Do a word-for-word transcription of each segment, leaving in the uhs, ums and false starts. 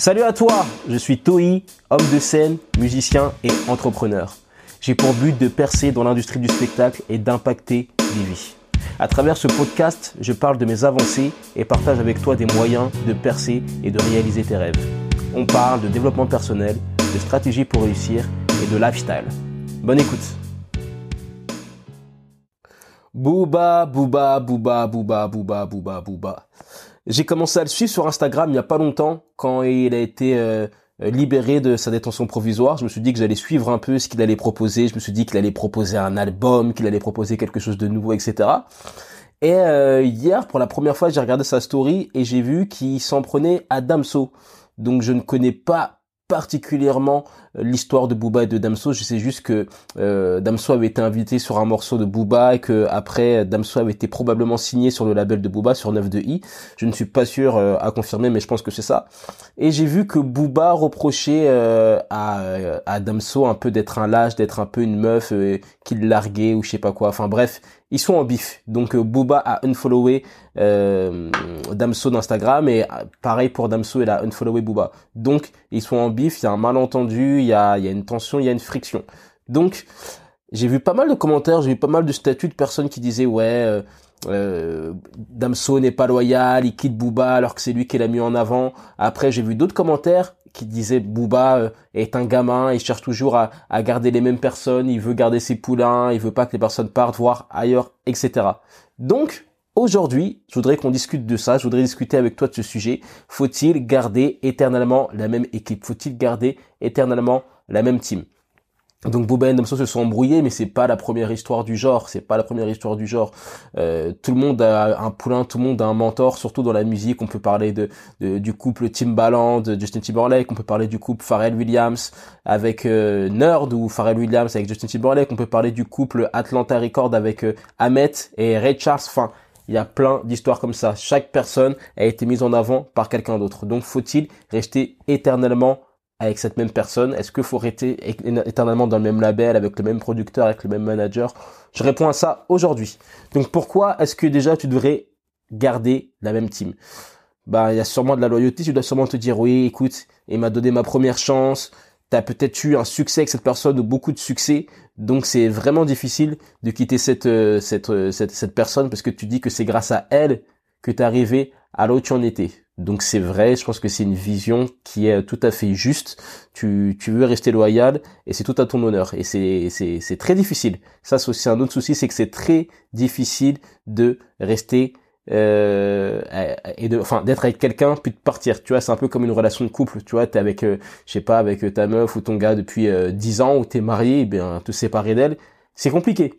Salut à toi, je suis Toi, homme de scène, musicien et entrepreneur. J'ai pour but de percer dans l'industrie du spectacle et d'impacter des vies. À travers ce podcast, je parle de mes avancées et partage avec toi des moyens de percer et de réaliser tes rêves. On parle de développement personnel, de stratégie pour réussir et de lifestyle. Bonne écoute. Booba, Booba, Booba, Booba, Booba, Booba, Booba. J'ai commencé à le suivre sur Instagram il n'y a pas longtemps quand il a été euh, libéré de sa détention provisoire. Je me suis dit que j'allais suivre un peu ce qu'il allait proposer. Je me suis dit qu'il allait proposer un album, qu'il allait proposer quelque chose de nouveau, et cetera. Et euh, hier, pour la première fois, j'ai regardé sa story et j'ai vu qu'il s'en prenait à Damso. Donc je ne connais pas particulièrement l'histoire de Booba et de Damso. Je sais juste que euh, Damso avait été invité sur un morceau de Booba et que après Damso avait été probablement signé sur le label de Booba, sur neuf deux i. Je ne suis pas sûr euh, à confirmer, mais je pense que c'est ça. Et j'ai vu que Booba reprochait euh, à, à Damso un peu d'être un lâche, d'être un peu une meuf euh, qu'il larguait ou je sais pas quoi. Enfin bref, ils sont en bif. Donc euh, Booba a unfollowé euh, Damso d'Instagram et pareil pour Damso, il a unfollowé Booba. Donc ils sont en bif, il y a un malentendu, il y a, il y a une tension, il y a une friction. Donc j'ai vu pas mal de commentaires, j'ai vu pas mal de statuts de personnes qui disaient ouais euh, euh, Damso n'est pas loyal, il quitte Booba alors que c'est lui qui l'a mis en avant. Après j'ai vu d'autres commentaires qui disaient Booba euh, est un gamin, il cherche toujours à, à garder les mêmes personnes, il veut garder ses poulains, il veut pas que les personnes partent voir ailleurs, et cetera. Donc aujourd'hui, je voudrais qu'on discute de ça, je voudrais discuter avec toi de ce sujet. Faut-il garder éternellement la même équipe? Faut-il garder éternellement la même team? Donc Booba et Damso se sont embrouillés, mais c'est pas la première histoire du genre, c'est pas la première histoire du genre. Euh, tout le monde a un poulain, tout le monde a un mentor, surtout dans la musique. On peut parler de, de du couple Timbaland, de Justin Timberlake, on peut parler du couple Pharrell Williams avec euh, Nerd ou Pharrell Williams avec Justin Timberlake, on peut parler du couple Atlanta Records avec euh, Ahmet et Ray Charles. Enfin, il y a plein d'histoires comme ça. Chaque personne a été mise en avant par quelqu'un d'autre. Donc faut-il rester éternellement avec cette même personne? Est-ce qu'il faut rester éternellement dans le même label, avec le même producteur, avec le même manager? Je réponds à ça aujourd'hui. Donc pourquoi est-ce que déjà tu devrais garder la même team? Bah, il y a sûrement de la loyauté, tu dois sûrement te dire oui, écoute, il m'a donné ma première chance, t'as peut-être eu un succès avec cette personne ou beaucoup de succès, donc c'est vraiment difficile de quitter cette euh, cette, euh, cette cette personne parce que tu dis que c'est grâce à elle que t'es arrivé à là où tu en étais. Donc c'est vrai, je pense que c'est une vision qui est tout à fait juste. Tu tu veux rester loyal et c'est tout à ton honneur et c'est c'est c'est très difficile. Ça c'est aussi un autre souci, c'est que c'est très difficile de rester euh et de enfin d'être avec quelqu'un puis de partir. Tu vois, c'est un peu comme une relation de couple, tu vois, t'es avec euh, je sais pas avec ta meuf ou ton gars depuis euh, dix ans ou t'es marié, et bien te séparer d'elle, c'est compliqué.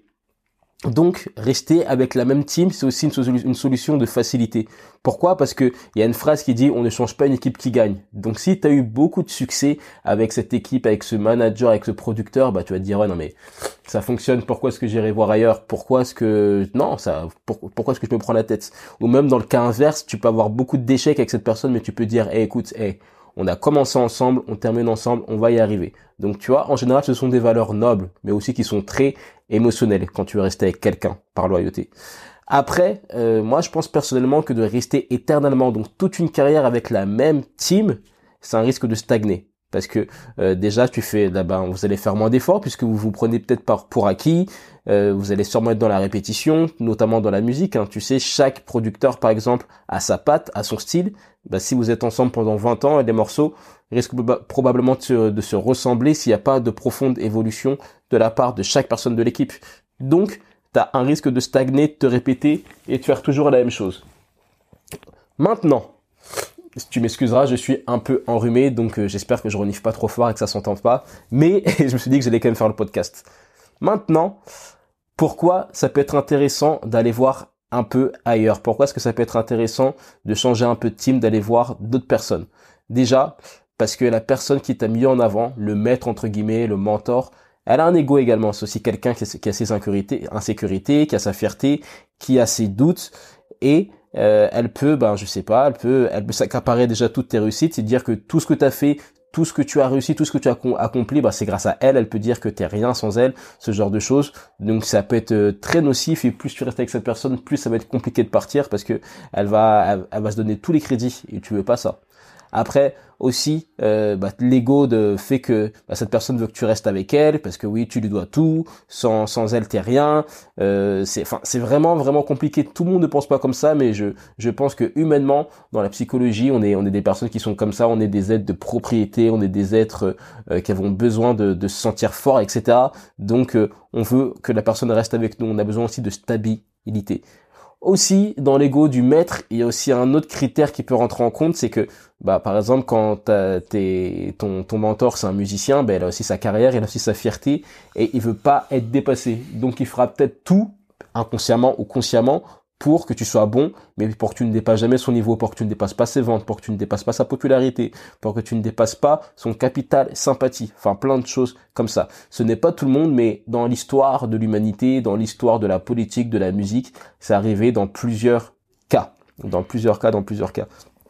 Donc, rester avec la même team, c'est aussi une, solu- une solution de facilité. Pourquoi? Parce que il y a une phrase qui dit « on ne change pas une équipe qui gagne ». Donc, si tu as eu beaucoup de succès avec cette équipe, avec ce manager, avec ce producteur, bah tu vas te dire « ouais, non mais ça fonctionne, pourquoi est-ce que j'irai voir ailleurs? Pourquoi est-ce que... non, ça, pour- pourquoi est-ce que je me prends la tête ?» Ou même dans le cas inverse, tu peux avoir beaucoup d'échecs avec cette personne, mais tu peux dire hey, « écoute, hey, on a commencé ensemble, on termine ensemble, on va y arriver. » Donc tu vois, en général, ce sont des valeurs nobles, mais aussi qui sont très émotionnelles quand tu veux rester avec quelqu'un par loyauté. Après, euh, moi je pense personnellement que de rester éternellement, donc toute une carrière avec la même team, c'est un risque de stagner. Parce que euh, déjà, tu fais, là, ben, vous allez faire moins d'efforts puisque vous vous prenez peut-être par pour acquis. Euh, vous allez sûrement être dans la répétition, notamment dans la musique. Hein. Tu sais, chaque producteur, par exemple, a sa patte, a son style. Ben, si vous êtes ensemble pendant vingt ans, les morceaux risquent probablement de se, de se ressembler s'il n'y a pas de profonde évolution de la part de chaque personne de l'équipe. Donc, tu as un risque de stagner, de te répéter et de faire toujours la même chose. Maintenant, tu m'excuseras, je suis un peu enrhumé, donc euh, j'espère que je renifle pas trop fort et que ça s'entende pas. Mais je me suis dit que j'allais quand même faire le podcast. Maintenant, pourquoi ça peut être intéressant d'aller voir un peu ailleurs? Pourquoi est-ce que ça peut être intéressant de changer un peu de team, d'aller voir d'autres personnes? Déjà, parce que la personne qui t'a mis en avant, le maître entre guillemets, le mentor, elle a un ego également. C'est aussi quelqu'un qui a, qui a ses insécurités, insécurités, qui a sa fierté, qui a ses doutes et Euh, elle peut, ben je sais pas, elle peut, elle peut s'accaparer déjà toutes tes réussites et dire que tout ce que tu as fait, tout ce que tu as réussi, tout ce que tu as accompli, ben c'est grâce à elle. Elle peut dire que t'es rien sans elle, ce genre de choses. Donc ça peut être très nocif et plus tu restes avec cette personne, plus ça va être compliqué de partir parce que elle va, elle, elle va se donner tous les crédits et tu veux pas ça. Après aussi, euh, bah, l'ego de fait que bah, cette personne veut que tu restes avec elle parce que oui, tu lui dois tout, sans sans elle t'es rien. Euh, c'est enfin c'est vraiment vraiment compliqué. Tout le monde ne pense pas comme ça, mais je je pense que humainement, dans la psychologie, on est on est des personnes qui sont comme ça. On est des êtres de propriété, on est des êtres euh, qui avons besoin de de se sentir forts, et cetera. Donc euh, on veut que la personne reste avec nous. On a besoin aussi de stabilité. Aussi, dans l'ego du maître, il y a aussi un autre critère qui peut rentrer en compte, c'est que, bah, par exemple, quand t'as, t'es, ton, ton mentor, c'est un musicien, ben, il a aussi sa carrière, il a aussi sa fierté, et il veut pas être dépassé. Donc, il fera peut-être tout, inconsciemment ou consciemment, pour que tu sois bon, mais pour que tu ne dépasses jamais son niveau, pour que tu ne dépasses pas ses ventes, pour que tu ne dépasses pas sa popularité, pour que tu ne dépasses pas son capital sympathie, enfin plein de choses comme ça. Ce n'est pas tout le monde, mais dans l'histoire de l'humanité, dans l'histoire de la politique, de la musique, c'est arrivé dans plusieurs cas, dans plusieurs cas, dans plusieurs cas.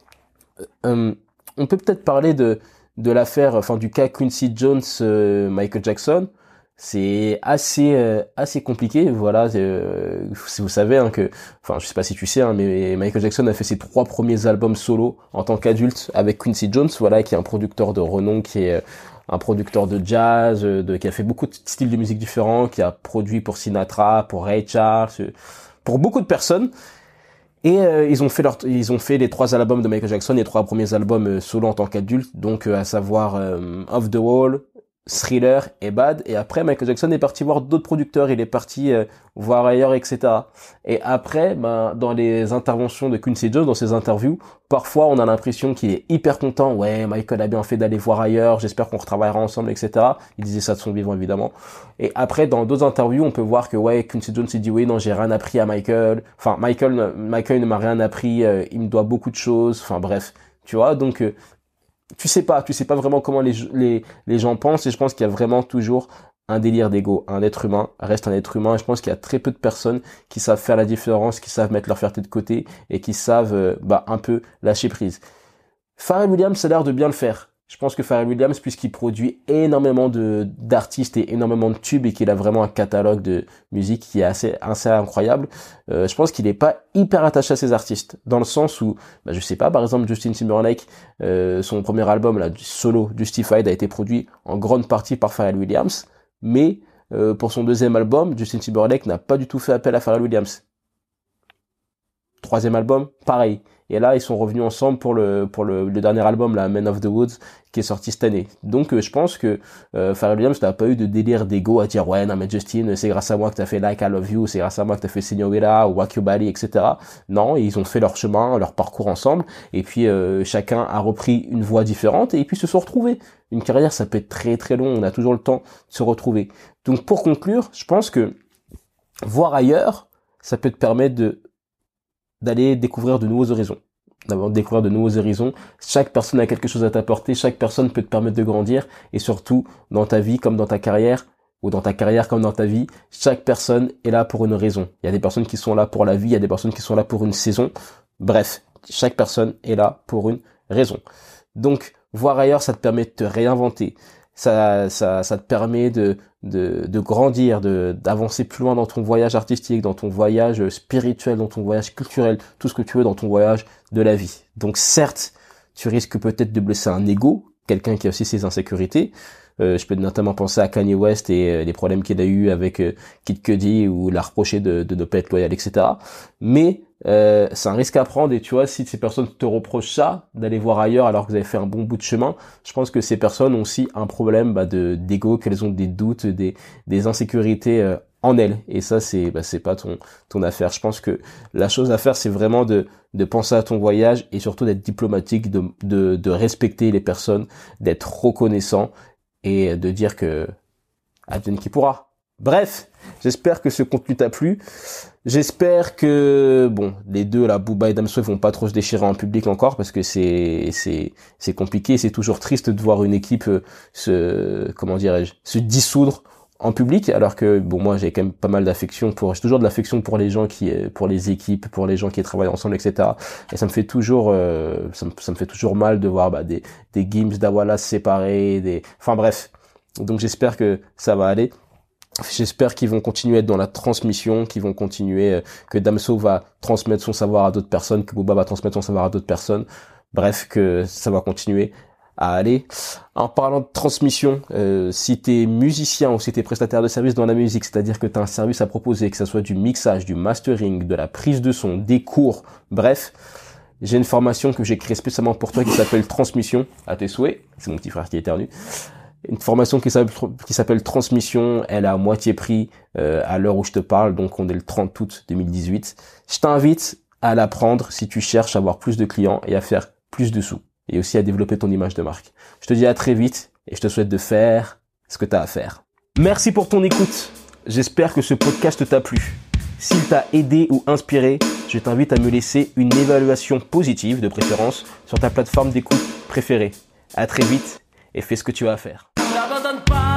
Euh, on peut peut-être parler de de l'affaire, enfin du cas Quincy Jones, euh, Michael Jackson. C'est assez euh, assez compliqué, voilà. Euh, si vous savez hein, que, enfin, je sais pas si tu sais, hein, mais Michael Jackson a fait ses trois premiers albums solo en tant qu'adulte avec Quincy Jones, voilà, qui est un producteur de renom, qui est un producteur de jazz, de qui a fait beaucoup de styles de musique différents, qui a produit pour Sinatra, pour Ray Charles, pour beaucoup de personnes. Et euh, ils ont fait leur, ils ont fait les trois albums de Michael Jackson, les trois premiers albums euh, solo en tant qu'adulte, donc euh, à savoir euh, Off the Wall, Thriller et Bad. Et après, Michael Jackson est parti voir d'autres producteurs, il est parti euh, voir ailleurs, et cetera. Et après, ben, dans les interventions de Quincy Jones, dans ses interviews, parfois on a l'impression qu'il est hyper content. Ouais, Michael a bien fait d'aller voir ailleurs, j'espère qu'on retravaillera ensemble, et cetera. Il disait ça de son vivant, évidemment. Et après, dans d'autres interviews, on peut voir que ouais, Quincy Jones s'est dit oui, non, j'ai rien appris à Michael. Enfin, Michael, Michael ne m'a rien appris, euh, il me doit beaucoup de choses. Enfin bref, tu vois, donc... Euh, tu sais pas, tu sais pas vraiment comment les, les, les gens pensent, et je pense qu'il y a vraiment toujours un délire d'ego. Un être humain reste un être humain, et je pense qu'il y a très peu de personnes qui savent faire la différence, qui savent mettre leur fierté de côté, et qui savent euh, bah un peu lâcher prise. Pharrell Williams a l'air de bien le faire. Je pense que Pharrell Williams, puisqu'il produit énormément de d'artistes et énormément de tubes, et qu'il a vraiment un catalogue de musique qui est assez, assez incroyable, euh, je pense qu'il est pas hyper attaché à ses artistes, dans le sens où, bah, je sais pas, par exemple Justin Timberlake, euh, son premier album là, solo Justified, a été produit en grande partie par Pharrell Williams, mais euh, pour son deuxième album, Justin Timberlake n'a pas du tout fait appel à Pharrell Williams. Troisième album, pareil. Et là, ils sont revenus ensemble pour le pour le, le dernier album, la Man of the Woods, qui est sorti cette année. Donc, euh, je pense que euh, Pharrell Williams n'a pas eu de délire d'ego à dire ouais, non mais Justin, c'est grâce à moi que t'as fait Like I Love You, c'est grâce à moi que t'as fait Señorita ou Rock Your Body, et cetera. Non, ils ont fait leur chemin, leur parcours ensemble, et puis euh, chacun a repris une voie différente, et puis se sont retrouvés. Une carrière, ça peut être très très long, on a toujours le temps de se retrouver. Donc, pour conclure, je pense que voir ailleurs, ça peut te permettre de d'aller découvrir de nouveaux horizons, d'avoir découvrir de nouveaux horizons. Chaque personne a quelque chose à t'apporter, chaque personne peut te permettre de grandir, et surtout, dans ta vie comme dans ta carrière, ou dans ta carrière comme dans ta vie, chaque personne est là pour une raison. Il y a des personnes qui sont là pour la vie, il y a des personnes qui sont là pour une saison. Bref, chaque personne est là pour une raison. Donc, voir ailleurs, ça te permet de te réinventer. Ça, ça, ça te permet de, de, de grandir, de, d'avancer plus loin dans ton voyage artistique, dans ton voyage spirituel, dans ton voyage culturel, tout ce que tu veux dans ton voyage de la vie. Donc certes, tu risques peut-être de blesser un ego, quelqu'un qui a aussi ses insécurités. Euh, je peux notamment penser à Kanye West et euh, les problèmes qu'il a eu avec euh, Kid Cudi, où il a reproché de, de ne pas être loyal, et cetera. Mais euh, c'est un risque à prendre, et tu vois, si ces personnes te reprochent ça, d'aller voir ailleurs alors que vous avez fait un bon bout de chemin, je pense que ces personnes ont aussi un problème bah, de d'ego, qu'elles ont des doutes, des, des insécurités euh, en elles. Et ça, c'est bah, c'est pas ton ton affaire. Je pense que la chose à faire, c'est vraiment de de penser à ton voyage, et surtout d'être diplomatique, de de, de respecter les personnes, d'être reconnaissant, et de dire que advienne qui pourra. Bref, j'espère que ce contenu t'a plu. J'espère que bon, les deux là, Booba et Damso, vont pas trop se déchirer en public encore, parce que c'est c'est c'est compliqué. C'est toujours triste de voir une équipe se comment dirais-je se dissoudre en public, alors que bon, moi j'ai quand même pas mal d'affection pour, j'ai toujours de l'affection pour les gens qui, pour les équipes, pour les gens qui travaillent ensemble, et cetera. Et ça me fait toujours, euh, ça me, ça me fait toujours mal de voir bah, des des Gims d'Awala se séparer, des, enfin bref. Donc j'espère que ça va aller. J'espère qu'ils vont continuer à être dans la transmission, qu'ils vont continuer, euh, que Damso va transmettre son savoir à d'autres personnes, que Booba va transmettre son savoir à d'autres personnes. bref, que ça va continuer à aller. En parlant de transmission, euh, si t'es musicien ou si t'es prestataire de service dans la musique, c'est-à-dire que t'as un service à proposer, que ça soit du mixage, du mastering, de la prise de son, des cours, bref, j'ai une formation que j'ai créée spécialement pour toi qui s'appelle Transmission, à tes souhaits, c'est mon petit frère qui éternue. Une formation qui s'appelle, qui s'appelle Transmission, elle est à moitié prix euh, à l'heure où je te parle, donc on est le trente août deux mille dix-huit. Je t'invite à la prendre si tu cherches à avoir plus de clients et à faire plus de sous. Et aussi à développer ton image de marque. Je te dis à très vite et je te souhaite de faire ce que tu as à faire. Merci pour ton écoute. J'espère que ce podcast t'a plu. S'il t'a aidé ou inspiré, je t'invite à me laisser une évaluation positive de préférence sur ta plateforme d'écoute préférée. À très vite et fais ce que tu as à faire. N'abandonne pas.